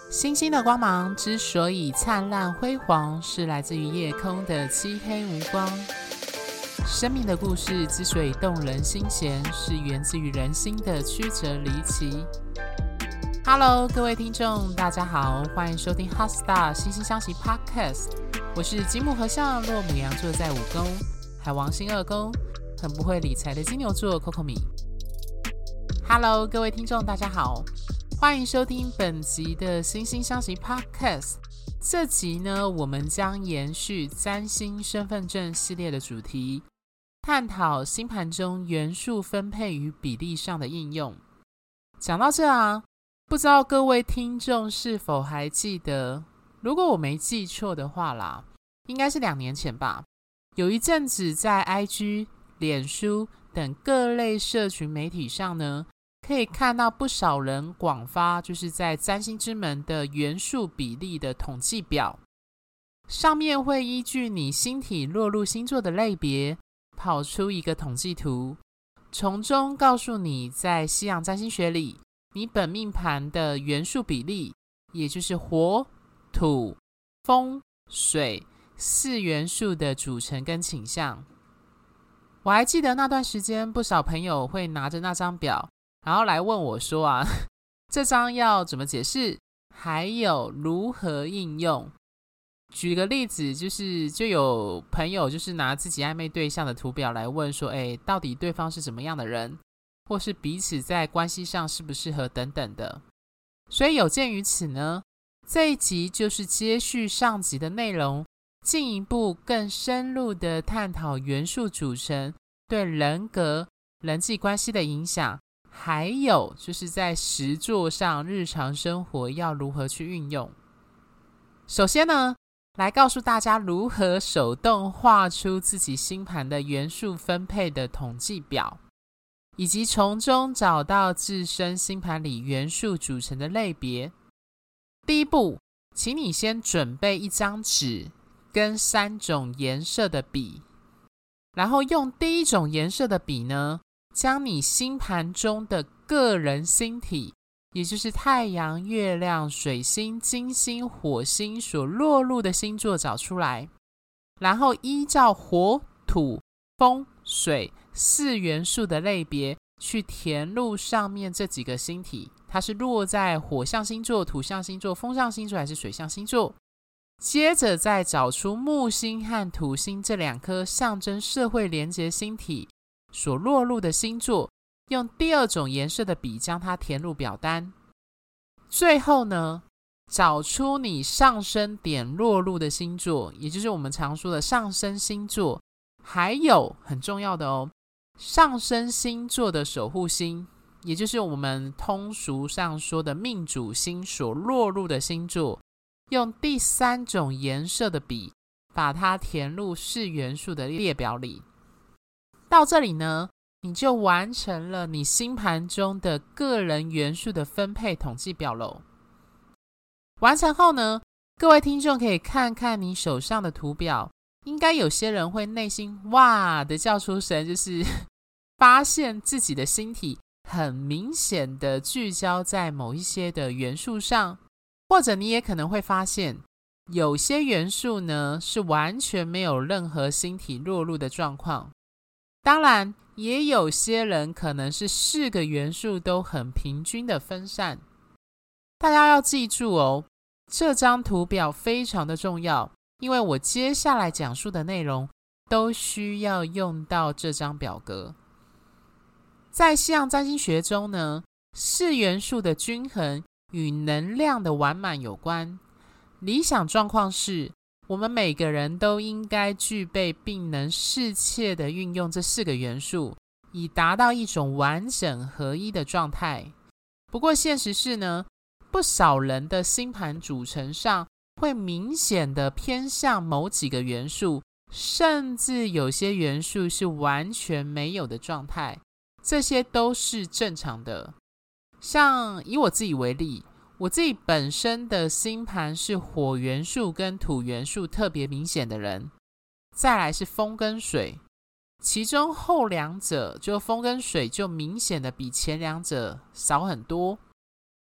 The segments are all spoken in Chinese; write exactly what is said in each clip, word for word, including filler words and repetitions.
星星的光芒之所以灿烂辉煌，是来自于夜空的漆黑无光。生命的故事之所以动人心弦，是源自于人心的曲折离奇。Hello， 各位听众，大家好，欢迎收听 Hot Star 惺惺相惜 Podcast。我是金木合相，落母羊座在五宫，海王星二宫，很不会理财的金牛座 Coco 米。Hello， 各位听众，大家好。欢迎收听本集的惺惺相惜 Podcast。 这集呢，我们将延续占星身份证系列的主题，探讨星盘中元素分配与比例上的应用。讲到这啊，不知道各位听众是否还记得，如果我没记错的话啦，应该是两年前吧，有一阵子在 I G、脸书等各类社群媒体上呢，可以看到不少人广发就是在占星之门的元素比例的统计表，上面会依据你星体落入星座的类别跑出一个统计图，从中告诉你在西洋占星学里你本命盘的元素比例，也就是火、土、风、水四元素的组成跟倾向。我还记得那段时间不少朋友会拿着那张表然后来问我说啊，这张要怎么解释，还有如何应用。举个例子，就是就有朋友就是拿自己暧昧对象的图表来问说，哎，到底对方是怎么样的人，或是彼此在关系上适不适合等等的。所以有鉴于此呢，这一集就是接续上集的内容，进一步更深入的探讨元素组成对人格、人际关系的影响，还有就是在实作上日常生活要如何去运用。首先呢，来告诉大家如何手动画出自己星盘的元素分配的统计表，以及从中找到自身星盘里元素组成的类别。第一步，请你先准备一张纸跟三种颜色的笔，然后用第一种颜色的笔呢，将你星盘中的个人星体，也就是太阳、月亮、水星、金星、火星所落入的星座找出来，然后依照火、土、风、水四元素的类别去填入上面这几个星体，它是落在火象星座、土象星座、风象星座还是水象星座。接着再找出木星和土星这两颗象征社会连结星体所落入的星座，用第二种颜色的笔将它填入表单。最后呢，找出你上升点落入的星座，也就是我们常说的上升星座，还有很重要的哦，上升星座的守护星，也就是我们通俗上说的命主星所落入的星座，用第三种颜色的笔把它填入四元素的列表里。到这里呢，你就完成了你星盘中的个人元素的分配统计表喽。完成后呢，各位听众可以看看你手上的图表，应该有些人会内心哇的叫出声，就是发现自己的星体很明显的聚焦在某一些的元素上，或者你也可能会发现有些元素呢是完全没有任何星体落入的状况。当然也有些人可能是四个元素都很平均的分散。大家要记住哦，这张图表非常的重要，因为我接下来讲述的内容都需要用到这张表格。在西洋占星学中呢，四元素的均衡与能量的完满有关。理想状况是我们每个人都应该具备并能适切的运用这四个元素，以达到一种完整合一的状态。不过现实是呢，不少人的星盘组成上会明显的偏向某几个元素，甚至有些元素是完全没有的状态，这些都是正常的。像以我自己为例，我自己本身的星盘是火元素跟土元素特别明显的人，再来是风跟水，其中后两者就风跟水就明显的比前两者少很多。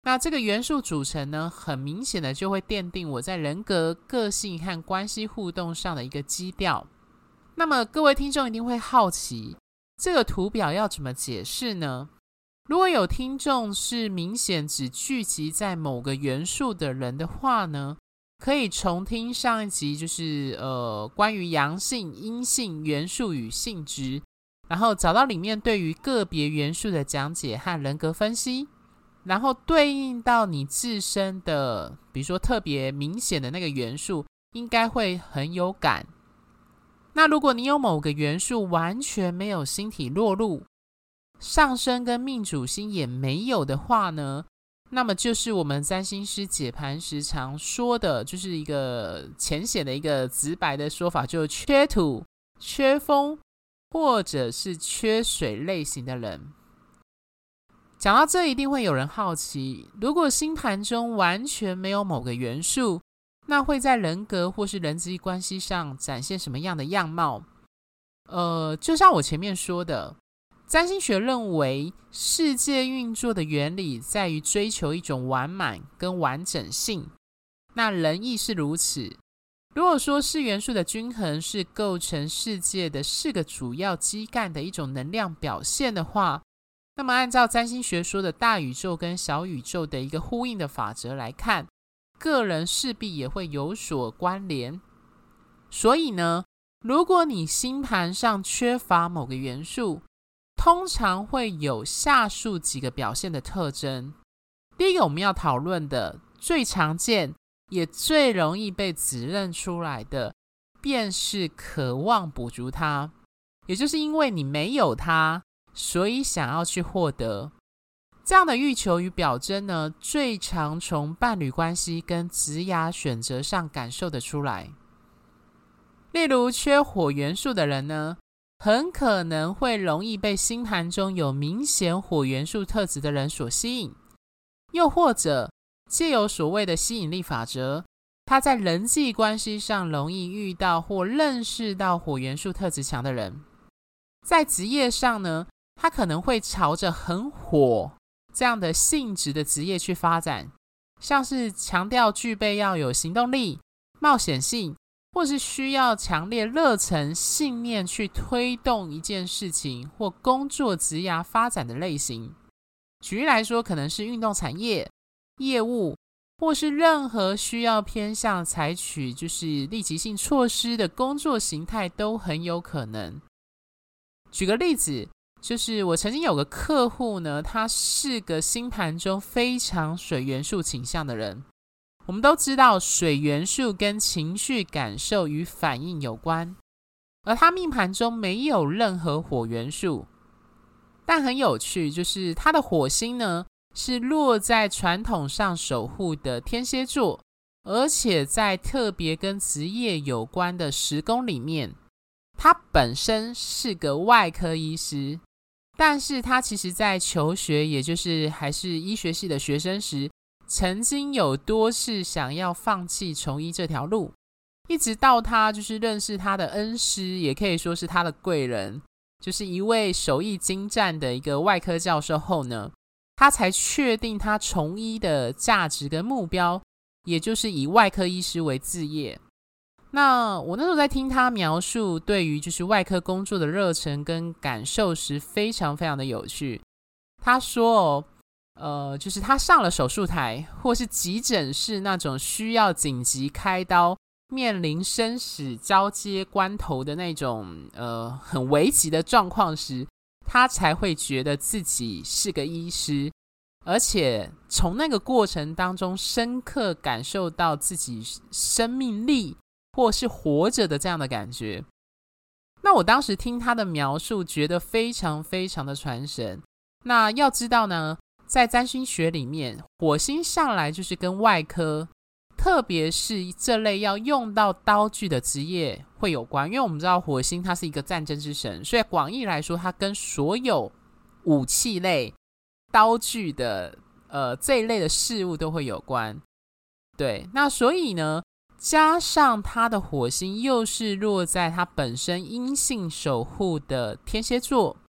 那这个元素组成呢，很明显的就会奠定我在人格、个性和关系互动上的一个基调。那么各位听众一定会好奇，这个图表要怎么解释呢？如果有听众是明显只聚集在某个元素的人的话呢，可以重听上一集，就是呃关于阳性、阴性元素与性质，然后找到里面对于个别元素的讲解和人格分析，然后对应到你自身的，比如说特别明显的那个元素，应该会很有感。那如果你有某个元素完全没有星体落入，上升跟命主星也没有的话呢，那么就是我们占星师解盘时常说的，就是一个浅显的一个直白的说法，就是缺土、缺风或者是缺水类型的人。讲到这，一定会有人好奇，如果星盘中完全没有某个元素，那会在人格或是人际关系上展现什么样的样貌？呃，就像我前面说的，占星学认为世界运作的原理在于追求一种完满跟完整性，那人亦是如此。如果说四元素的均衡是构成世界的四个主要基干的一种能量表现的话，那么按照占星学说的大宇宙跟小宇宙的一个呼应的法则来看，个人势必也会有所关联。所以呢，如果你星盘上缺乏某个元素，通常会有下述几个表现的特征。第一个我们要讨论的，最常见也最容易被指认出来的，便是渴望补足它，也就是因为你没有它，所以想要去获得。这样的欲求与表征呢，最常从伴侣关系跟职涯选择上感受得出来。例如缺火元素的人呢，很可能会容易被星盘中有明显火元素特质的人所吸引，又或者藉由所谓的吸引力法则，他在人际关系上容易遇到或认识到火元素特质强的人。在职业上呢，他可能会朝着很火这样的性质的职业去发展，像是强调具备要有行动力、冒险性，或是需要强烈热忱、信念去推动一件事情或工作职涯发展的类型。举例来说，可能是运动产业、业务，或是任何需要偏向采取就是立即性措施的工作形态都很有可能。举个例子，就是我曾经有个客户呢，他是个星盘中非常水元素倾向的人。我们都知道水元素跟情绪感受与反应有关，而他命盘中没有任何火元素。但很有趣，就是他的火星呢是落在传统上守护的天蝎座，而且在特别跟职业有关的十宫里面。他本身是个外科医师，但是他其实在求学，也就是还是医学系的学生时，曾经有多次想要放弃从医这条路，一直到他就是认识他的恩师，也可以说是他的贵人，就是一位手艺精湛的一个外科教授后呢，他才确定他从医的价值跟目标，也就是以外科医师为志业。那我那时候在听他描述对于就是外科工作的热忱跟感受时，非常非常的有趣。他说哦，呃，就是他上了手术台或是急诊室那种需要紧急开刀、面临生死交接关头的那种呃很危急的状况时，他才会觉得自己是个医师，而且从那个过程当中深刻感受到自己生命力或是活着的这样的感觉。那我当时听他的描述，觉得非常非常的传神。那要知道呢，在占星学里面，火星向来就是跟外科，特别是这类要用到刀具的职业会有关。因为我们知道火星它是一个战争之神，所以广义来说，它跟所有武器类、刀具的呃这一类的事物都会有关。对，那所以呢，加上他的火星又是落在他本身阴性守护的天蝎座，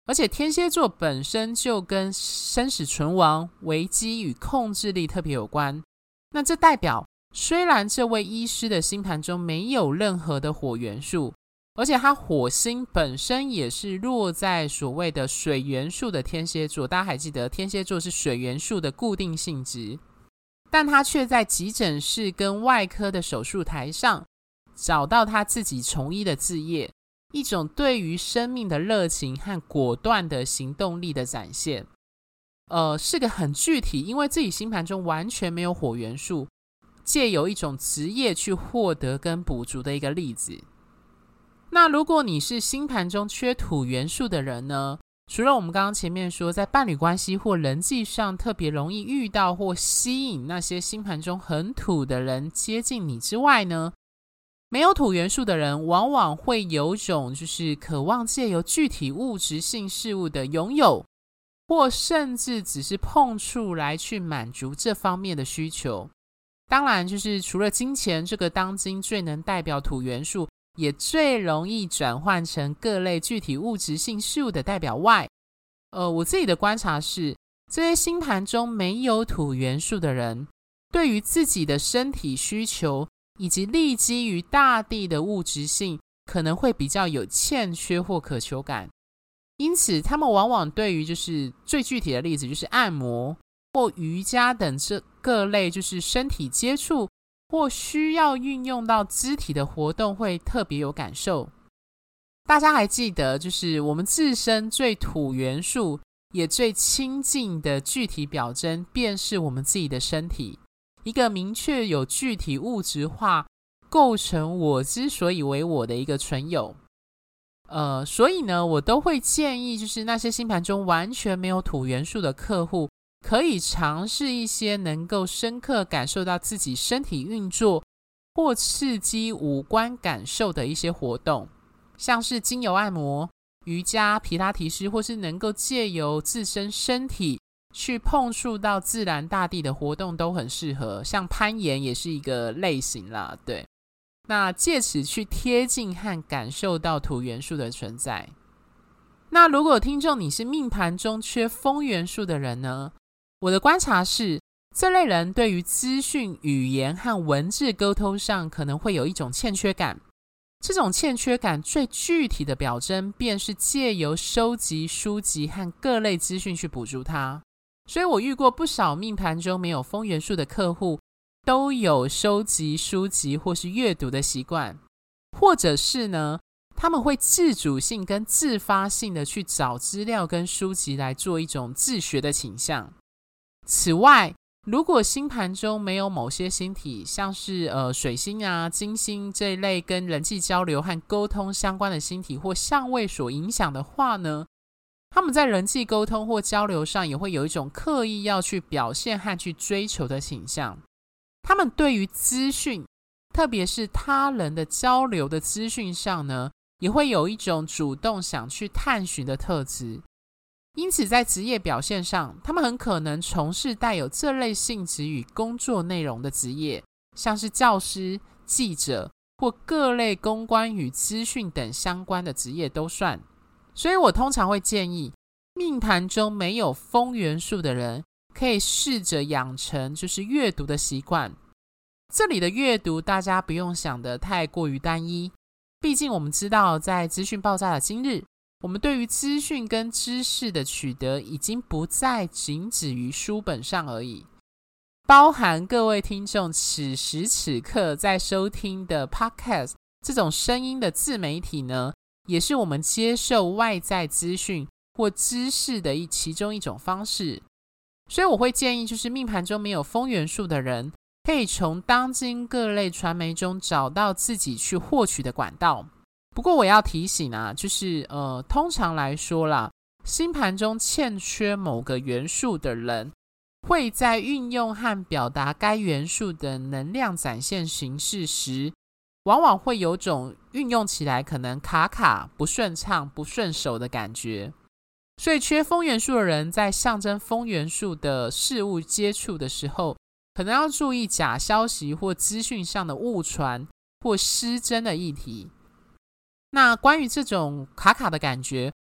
而且天蝎座本身就跟生死存亡、危机与控制力特别有关。那这代表，虽然这位医师的星盘中没有任何的火元素，而且他火星本身也是落在所谓的水元素的天蝎座，大家还记得天蝎座是水元素的固定性质，但他却在急诊室跟外科的手术台上找到他自己从医的志业，一种对于生命的热情和果断的行动力的展现。呃，是个很具体，因为自己星盘中完全没有火元素，借由一种职业去获得跟补足的一个例子。那如果你是星盘中缺土元素的人呢，除了我们刚刚前面说在伴侣关系或人际上特别容易遇到或吸引那些星盘中很土的人接近你之外呢，没有土元素的人往往会有种就是渴望借由具体物质性事物的拥有，或甚至只是碰触来去满足这方面的需求。当然就是除了金钱这个当今最能代表土元素，也最容易转换成各类具体物质性事物的代表外，呃，我自己的观察是，这些星盘中没有土元素的人，对于自己的身体需求以及立基于大地的物质性，可能会比较有欠缺或渴求感。因此他们往往对于就是最具体的例子就是按摩或瑜伽等这各类就是身体接触或需要运用到肢体的活动会特别有感受。大家还记得就是我们自身最土元素也最亲近的具体表征便是我们自己的身体，一个明确有具体物质化构成我之所以为我的一个存有。呃，所以呢，我都会建议就是那些星盘中完全没有土元素的客户，可以尝试一些能够深刻感受到自己身体运作或刺激五官感受的一些活动，像是精油按摩、瑜伽、皮拉提斯，或是能够借由自身身体去碰触到自然大地的活动都很适合，像攀岩也是一个类型啦，对。那借此去贴近和感受到土元素的存在。那如果听众你是命盘中缺风元素的人呢，我的观察是，这类人对于资讯、语言和文字沟通上可能会有一种欠缺感。这种欠缺感最具体的表征便是借由收集书籍和各类资讯去补足它。所以我遇过不少命盘中没有风元素的客户，都有收集书籍或是阅读的习惯，或者是呢，他们会自主性跟自发性的去找资料跟书籍来做一种自学的倾向。此外，如果星盘中没有某些星体，像是呃水星啊、金星这一类跟人际交流和沟通相关的星体或相位所影响的话呢，他们在人际沟通或交流上也会有一种刻意要去表现和去追求的倾向。他们对于资讯，特别是他人的交流的资讯上呢，也会有一种主动想去探寻的特质。因此在职业表现上，他们很可能从事带有这类性质与工作内容的职业，像是教师、记者或各类公关与资讯等相关的职业都算。所以我通常会建议命盘中没有风元素的人可以试着养成就是阅读的习惯。这里的阅读大家不用想得太过于单一，毕竟我们知道在资讯爆炸的今日，我们对于资讯跟知识的取得已经不再仅止于书本上而已，包含各位听众此时此刻在收听的 Podcast 这种声音的自媒体呢，也是我们接受外在资讯或知识的一其中一种方式。所以我会建议就是命盘中没有风元素的人，可以从当今各类传媒中找到自己去获取的管道。不过我要提醒啊，就是呃，通常来说啦，星盘中欠缺某个元素的人，会在运用和表达该元素的能量展现形式时，往往会有种运用起来可能卡卡、不顺畅、不顺手的感觉。所以缺风元素的人在象征风元素的事物接触的时候，可能要注意假消息或资讯上的误传或失真的议题。那关于这种卡卡的感觉，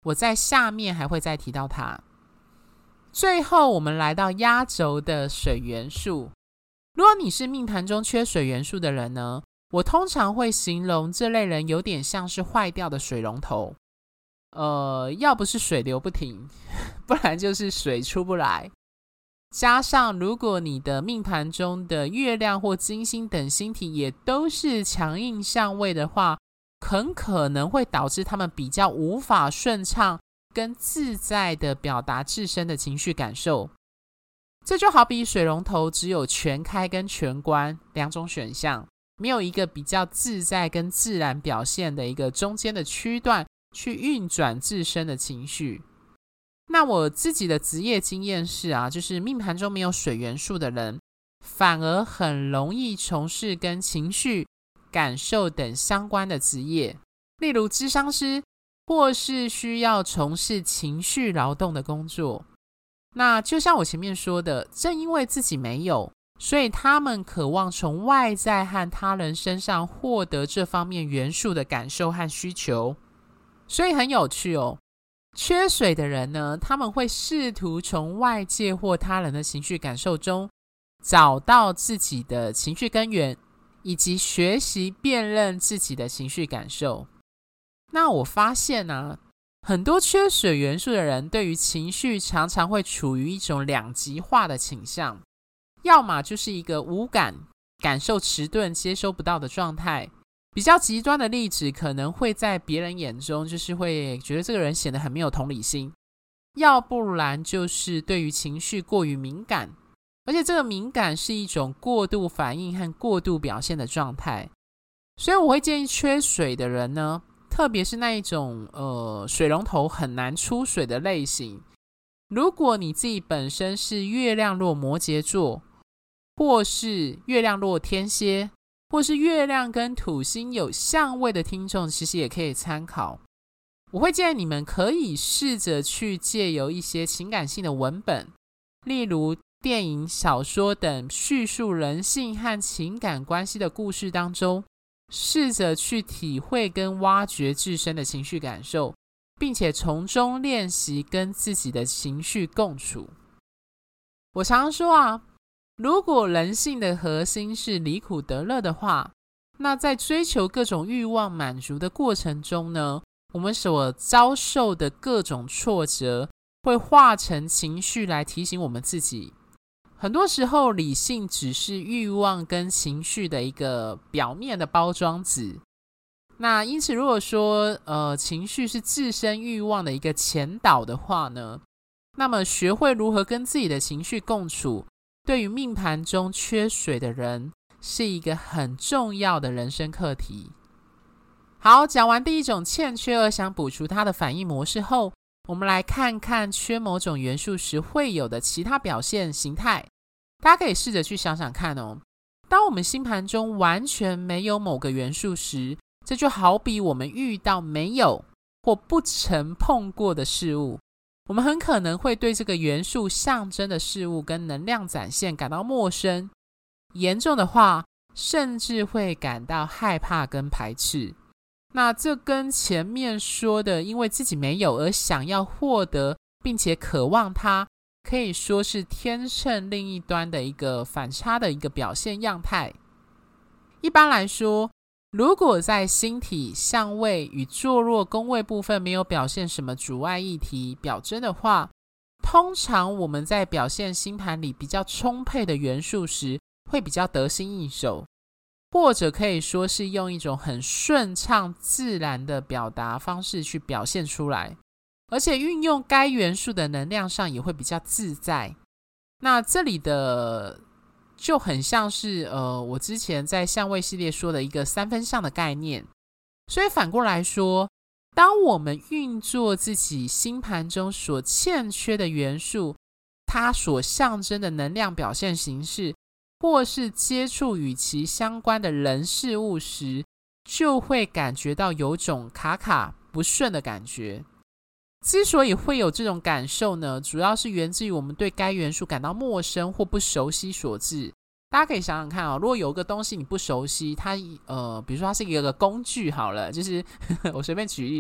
我在下面还会再提到它。最后我们来到压轴的水元素。如果你是命盘中缺水元素的人呢，我通常会形容这类人有点像是坏掉的水龙头，呃，要不是水流不停，不然就是水出不来。加上如果你的命盘中的月亮或金星等星体也都是强硬相位的话，很可能会导致他们比较无法顺畅跟自在的表达自身的情绪感受。这就好比水龙头只有全开跟全关两种选项，没有一个比较自在跟自然表现的一个中间的区段去运转自身的情绪。那我自己的职业经验是啊，就是命盘中没有水元素的人，反而很容易从事跟情绪、感受等相关的职业，例如咨商师，或是需要从事情绪劳动的工作。那就像我前面说的，正因为自己没有，所以他们渴望从外在和他人身上获得这方面元素的感受和需求。所以很有趣哦，缺水的人呢，他们会试图从外界或他人的情绪感受中找到自己的情绪根源，以及学习辨认自己的情绪感受。那我发现啊，很多缺水元素的人对于情绪常常会处于一种两极化的倾向，要么就是一个无感、感受迟钝、接收不到的状态。比较极端的例子可能会在别人眼中就是会觉得这个人显得很没有同理心，要不然就是对于情绪过于敏感，而且这个敏感是一种过度反应和过度表现的状态。所以我会建议缺水的人呢，特别是那一种呃水龙头很难出水的类型，如果你自己本身是月亮落摩羯座，或是月亮落天蝎，或是月亮跟土星有相位的听众，其实也可以参考。我会建议你们可以试着去借由一些情感性的文本，例如电影、小说等叙述人性和情感关系的故事当中，试着去体会跟挖掘自身的情绪感受，并且从中练习跟自己的情绪共处。我常说啊，如果人性的核心是离苦得乐的话，那在追求各种欲望满足的过程中呢，我们所遭受的各种挫折会化成情绪来提醒我们自己。很多时候理性只是欲望跟情绪的一个表面的包装纸。那因此如果说呃情绪是自身欲望的一个前导的话呢，那么学会如何跟自己的情绪共处，对于命盘中缺水的人是一个很重要的人生课题。好，讲完第一种欠缺而想补足它的反应模式后，我们来看看缺某种元素时会有的其他表现形态。大家可以试着去想想看哦，当我们星盘中完全没有某个元素时，这就好比我们遇到没有或不曾碰过的事物，我们很可能会对这个元素象征的事物跟能量展现感到陌生，严重的话甚至会感到害怕跟排斥。那这跟前面说的因为自己没有而想要获得并且渴望它，可以说是天秤另一端的一个反差的一个表现样态。一般来说，如果在星体、相位与坐落宫位部分没有表现什么阻碍议题表征的话，通常我们在表现星盘里比较充沛的元素时，会比较得心应手，或者可以说是用一种很顺畅自然的表达方式去表现出来，而且运用该元素的能量上也会比较自在。那这里的就很像是呃，我之前在相位系列说的一个三分相的概念。所以反过来说，当我们运作自己星盘中所欠缺的元素，它所象征的能量表现形式，或是接触与其相关的人事物时，就会感觉到有种卡卡不顺的感觉。之所以会有这种感受呢，主要是源自于我们对该元素感到陌生或不熟悉所致。大家可以想想看哦，如果有个东西你不熟悉，它呃，比如说它是一个工具好了，就是我随便举例啦，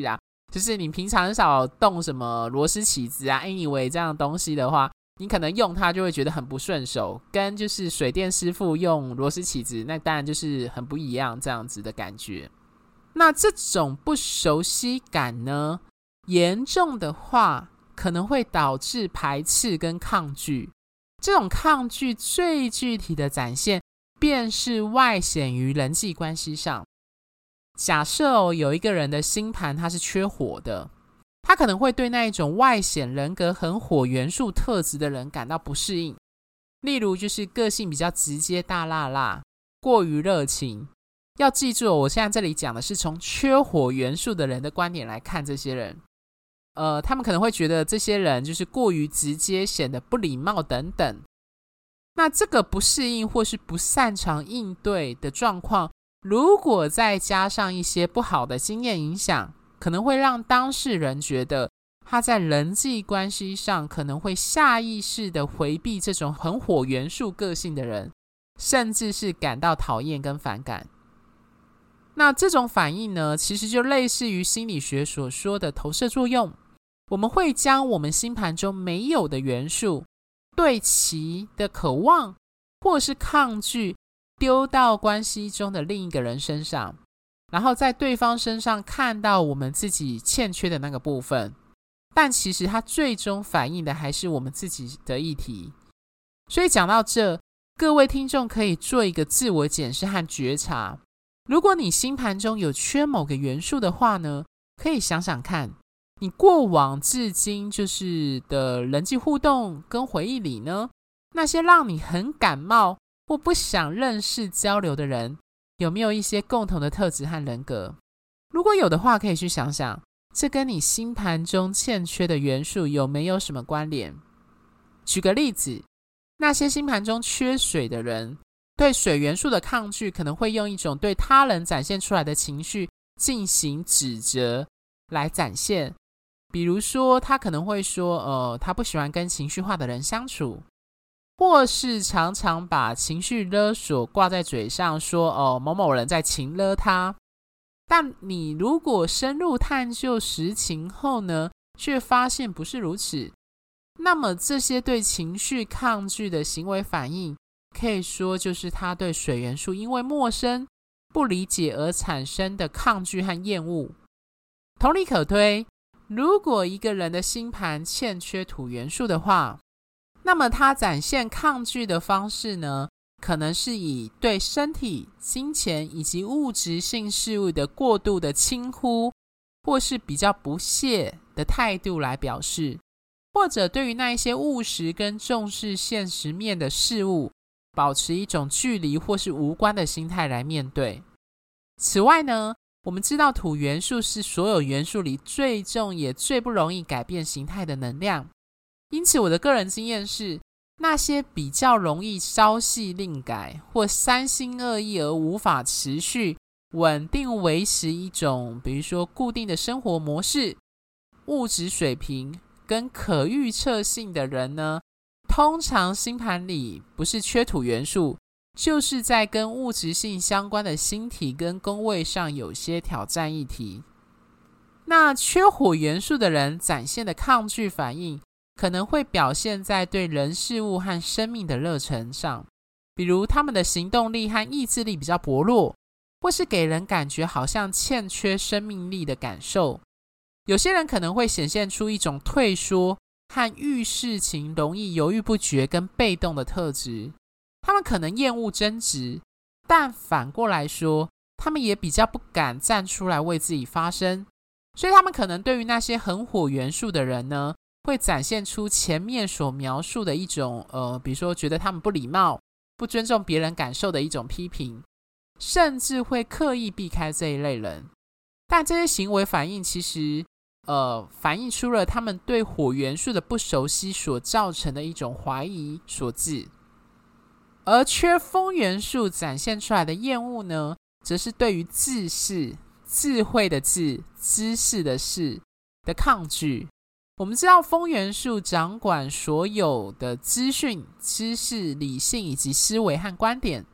就是你平常很少动什么螺丝起子啊 anyway 这样的东西的话，你可能用它就会觉得很不顺手，跟就是水电师傅用螺丝起子那当然就是很不一样这样子的感觉。那这种不熟悉感呢，严重的话可能会导致排斥跟抗拒。这种抗拒最具体的展现便是外显于人际关系上。假设、哦、有一个人的星盘他是缺火的，他可能会对那一种外显人格很火元素特质的人感到不适应。例如就是个性比较直接大辣辣，过于热情。要记住、哦、我现在这里讲的是从缺火元素的人的观点来看这些人。呃，他们可能会觉得这些人就是过于直接，显得不礼貌等等。那这个不适应或是不擅长应对的状况，如果再加上一些不好的经验影响，可能会让当事人觉得他在人际关系上可能会下意识的回避这种很火元素个性的人，甚至是感到讨厌跟反感。那这种反应呢，其实就类似于心理学所说的投射作用。我们会将我们星盘中没有的元素，对其的渴望或是抗拒丢到关系中的另一个人身上，然后在对方身上看到我们自己欠缺的那个部分，但其实它最终反映的还是我们自己的议题。所以讲到这，各位听众可以做一个自我检视和觉察。如果你星盘中有缺某个元素的话呢，可以想想看，你过往至今就是的人际互动跟回忆里呢，那些让你很感冒或不想认识交流的人，有没有一些共同的特质和人格？如果有的话，可以去想想，这跟你星盘中欠缺的元素有没有什么关联？举个例子，那些星盘中缺水的人，对水元素的抗拒可能会用一种对他人展现出来的情绪进行指责来展现。比如说他可能会说呃，他不喜欢跟情绪化的人相处，或是常常把情绪勒索挂在嘴上，说哦，某某人在情勒他。但你如果深入探究实情后呢，却发现不是如此，那么这些对情绪抗拒的行为反应，可以说就是他对水元素因为陌生不理解而产生的抗拒和厌恶。同理可推，如果一个人的星盘欠缺土元素的话，那么他展现抗拒的方式呢，可能是以对身体、金钱以及物质性事物的过度的轻忽，或是比较不屑的态度来表示，或者对于那一些务实跟重视现实面的事物，保持一种距离或是无关的心态来面对。此外呢，我们知道土元素是所有元素里最重也最不容易改变形态的能量，因此我的个人经验是，那些比较容易朝夕令改或三心二意而无法持续稳定维持一种比如说固定的生活模式、物质水平跟可预测性的人呢，通常星盘里不是缺土元素，就是在跟物质性相关的星体跟宫位上有些挑战议题。那缺火元素的人展现的抗拒反应，可能会表现在对人事物和生命的热忱上，比如他们的行动力和意志力比较薄弱，或是给人感觉好像欠缺生命力的感受。有些人可能会显现出一种退缩和遇事情容易犹豫不决跟被动的特质。他们可能厌恶争执，但反过来说，他们也比较不敢站出来为自己发声，所以他们可能对于那些很火元素的人呢，会展现出前面所描述的一种呃，比如说觉得他们不礼貌、不尊重别人感受的一种批评，甚至会刻意避开这一类人。但这些行为反应其实呃，反映出了他们对火元素的不熟悉所造成的一种怀疑所致。而缺风元素展现出来的厌恶呢，则是对于知识、智慧的智、知识的识的抗拒。我们知道风元素掌管所有的资讯、知识、理性以及思维和观点，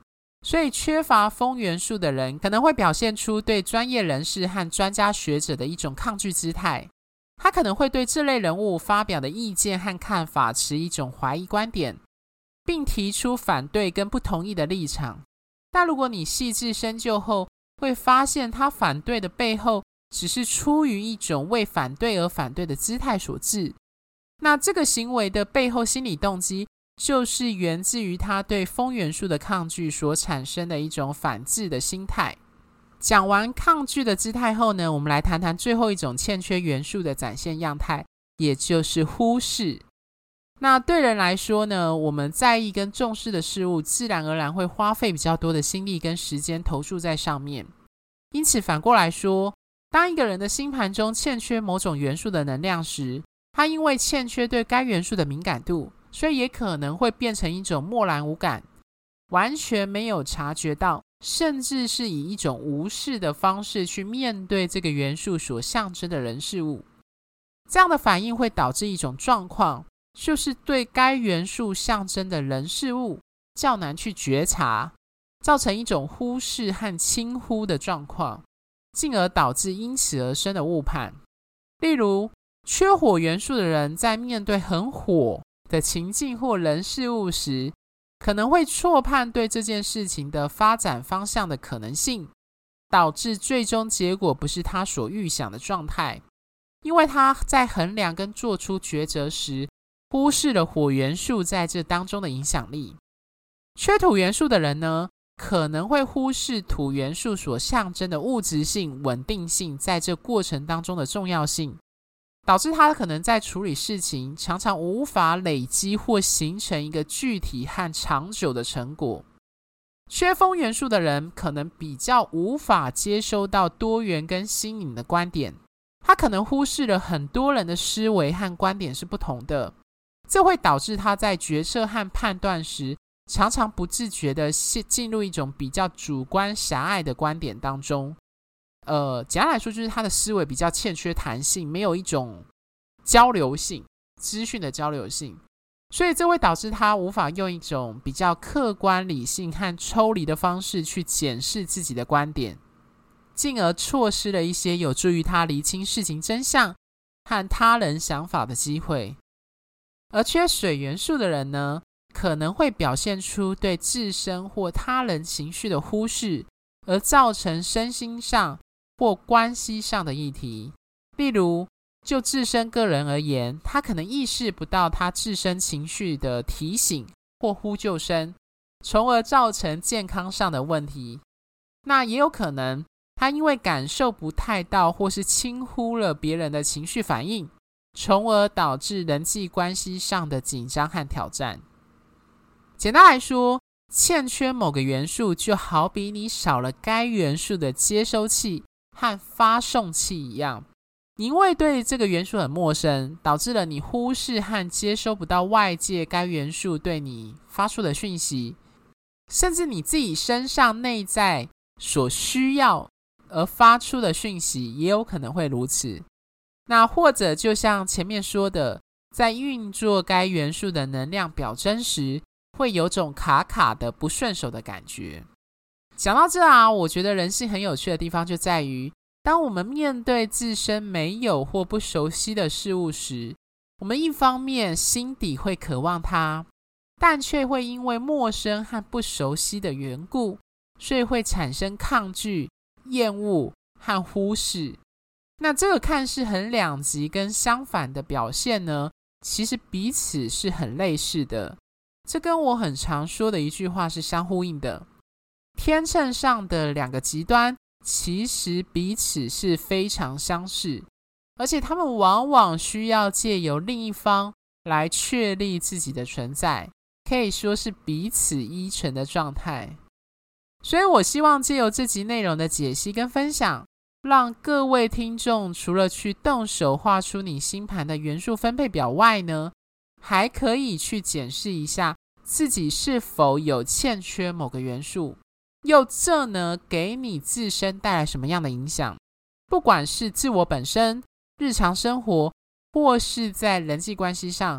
所以缺乏风元素的人可能会表现出对专业人士和专家学者的一种抗拒姿态，他可能会对这类人物发表的意见和看法持一种怀疑观点，并提出反对跟不同意的立场。但如果你细致深究后，会发现他反对的背后只是出于一种为反对而反对的姿态所致。那这个行为的背后心理动机，就是源自于他对风元素的抗拒所产生的一种反制的心态。讲完抗拒的姿态后呢，我们来谈谈最后一种欠缺元素的展现样态，也就是忽视。那对人来说呢，我们在意跟重视的事物，自然而然会花费比较多的心力跟时间投注在上面。因此反过来说，当一个人的星盘中欠缺某种元素的能量时，他因为欠缺对该元素的敏感度，所以也可能会变成一种漠然无感，完全没有察觉到，甚至是以一种无视的方式去面对这个元素所象征的人事物。这样的反应会导致一种状况，就是对该元素象征的人事物较难去觉察，造成一种忽视和轻忽的状况，进而导致因此而生的误判。例如，缺火元素的人在面对很火的情境或人事物时，可能会错判对这件事情的发展方向的可能性，导致最终结果不是他所预想的状态，因为他在衡量跟做出抉择时，忽视了火元素在这当中的影响力。缺土元素的人呢，可能会忽视土元素所象征的物质性、稳定性在这过程当中的重要性，导致他可能在处理事情常常无法累积或形成一个具体和长久的成果。缺风元素的人可能比较无法接收到多元跟新颖的观点，他可能忽视了很多人的思维和观点是不同的，这会导致他在决策和判断时常常不自觉地进入一种比较主观狭隘的观点当中。呃，简单来说就是他的思维比较欠缺弹性，没有一种交流性，资讯的交流性，所以这会导致他无法用一种比较客观理性和抽离的方式去检视自己的观点，进而错失了一些有助于他厘清事情真相和他人想法的机会。而缺水元素的人呢，可能会表现出对自身或他人情绪的忽视，而造成身心上或关系上的议题。例如，就自身个人而言，他可能意识不到他自身情绪的提醒或呼救声，从而造成健康上的问题。那也有可能他因为感受不太到或是轻忽了别人的情绪反应，从而导致人际关系上的紧张和挑战。简单来说，欠缺某个元素就好比你少了该元素的接收器和发送器一样，你因为对这个元素很陌生，导致了你忽视和接收不到外界该元素对你发出的讯息，甚至你自己身上内在所需要而发出的讯息也有可能会如此。那或者就像前面说的，在运作该元素的能量表征时，会有种卡卡的不顺手的感觉。讲到这啊，我觉得人性很有趣的地方就在于，当我们面对自身没有或不熟悉的事物时，我们一方面心底会渴望它，但却会因为陌生和不熟悉的缘故，所以会产生抗拒、厌恶和忽视。那这个看似很两极跟相反的表现呢，其实彼此是很类似的。这跟我很常说的一句话是相呼应的。天秤上的两个极端其实彼此是非常相似，而且他们往往需要借由另一方来确立自己的存在，可以说是彼此依存的状态。所以我希望借由这集内容的解析跟分享，让各位听众除了去动手画出你星盘的元素分配表外呢，还可以去检视一下自己是否有欠缺某个元素，又这呢给你自身带来什么样的影响，不管是自我本身、日常生活，或是在人际关系上，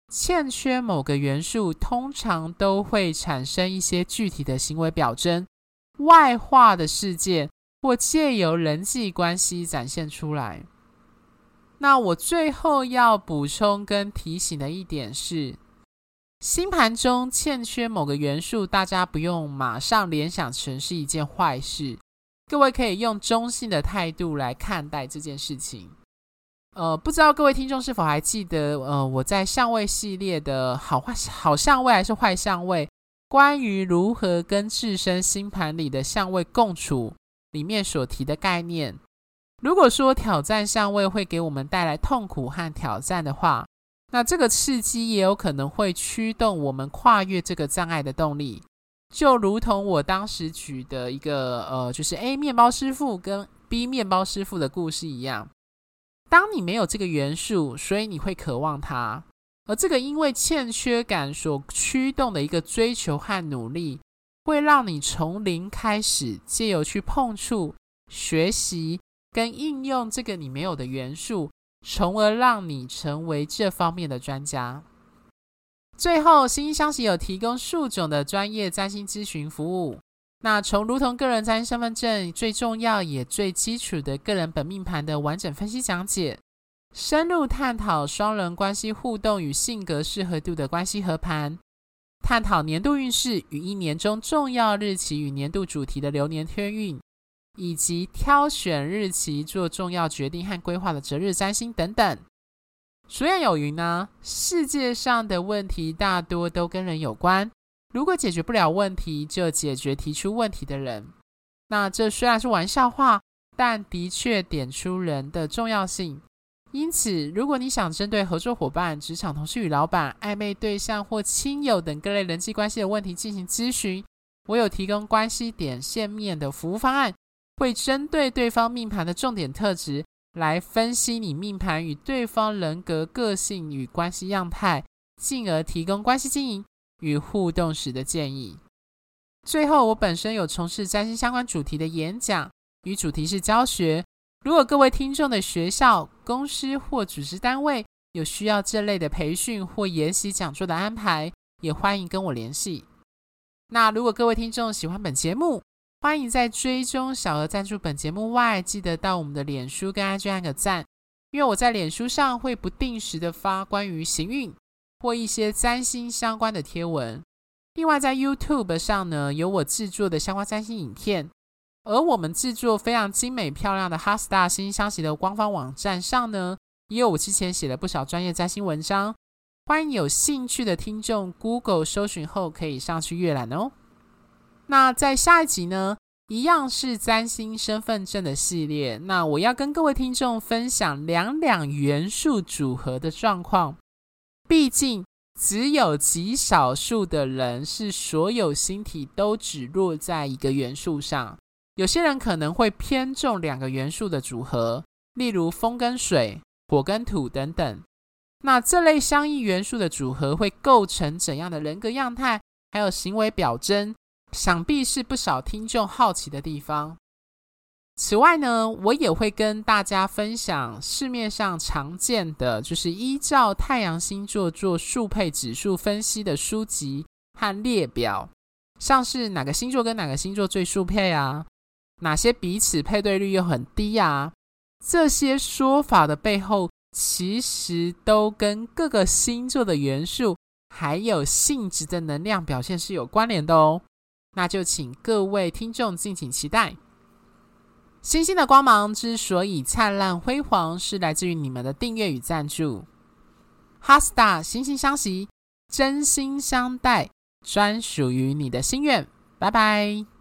欠缺某个元素通常都会产生一些具体的行为表征，外化的事件或借由人际关系展现出来。那我最后要补充跟提醒的一点是，星盘中欠缺某个元素，大家不用马上联想成是一件坏事，各位可以用中性的态度来看待这件事情。呃，不知道各位听众是否还记得，呃，我在相位系列的好坏好相位还是坏相位，关于如何跟自身星盘里的相位共处里面所提的概念。如果说挑战相位会给我们带来痛苦和挑战的话，那这个刺激也有可能会驱动我们跨越这个障碍的动力。就如同我当时举的一个呃，就是 A 面包师傅跟 B 面包师傅的故事一样，当你没有这个元素，所以你会渴望它，而这个因为欠缺感所驱动的一个追求和努力，会让你从零开始，借由去碰触、学习跟应用这个你没有的元素，从而让你成为这方面的专家。最后，星星相惜有提供数种的专业占星咨询服务，那从如同个人占星身份证最重要也最基础的个人本命盘的完整分析讲解，深入探讨双人关系互动与性格适合度的关系合盘，探讨年度运势与一年中重要日期与年度主题的流年天运，以及挑选日期做重要决定和规划的择日占星等等。俗谚有云呢，世界上的问题大多都跟人有关，如果解决不了问题，就解决提出问题的人。那这虽然是玩笑话，但的确点出人的重要性。因此，如果你想针对合作伙伴、职场同事与老板、暧昧对象或亲友等各类人际关系的问题进行咨询，我有提供关系点线面的服务方案，会针对对方命盘的重点特质来分析你命盘与对方人格、个性与关系样态，进而提供关系经营与互动时的建议。最后，我本身有从事占星相关主题的演讲与主题式教学，如果各位听众的学校、公司或组织单位有需要这类的培训或研习讲座的安排，也欢迎跟我联系。那如果各位听众喜欢本节目，欢迎在追踪小额赞助本节目外，记得到我们的脸书跟 I G 按个赞，因为我在脸书上会不定时的发关于行运或一些占星相关的贴文。另外在 YouTube 上呢，有我制作的相关占星影片，而我们制作非常精美漂亮的 HeartStar 星星相惜的官方网站上呢，也有我之前写了不少专业占星文章，欢迎有兴趣的听众 Google 搜寻后可以上去阅览哦。那在下一集呢，一样是占星身份证的系列，那我要跟各位听众分享两两元素组合的状况。毕竟只有极少数的人是所有星体都只落在一个元素上，有些人可能会偏重两个元素的组合，例如风跟水、火跟土等等。那这类相异元素的组合会构成怎样的人格样态，还有行为表征，想必是不少听众好奇的地方。此外呢，我也会跟大家分享市面上常见的，就是依照太阳星座做速配指数分析的书籍和列表，像是哪个星座跟哪个星座最速配啊，哪些彼此配对率又很低啊，这些说法的背后其实都跟各个星座的元素还有性质的能量表现是有关联的哦。那就请各位听众敬请期待。星星的光芒之所以灿烂辉煌，是来自于你们的订阅与赞助。HeartStar 星星相惜，真心相待，专属于你的心愿。拜拜。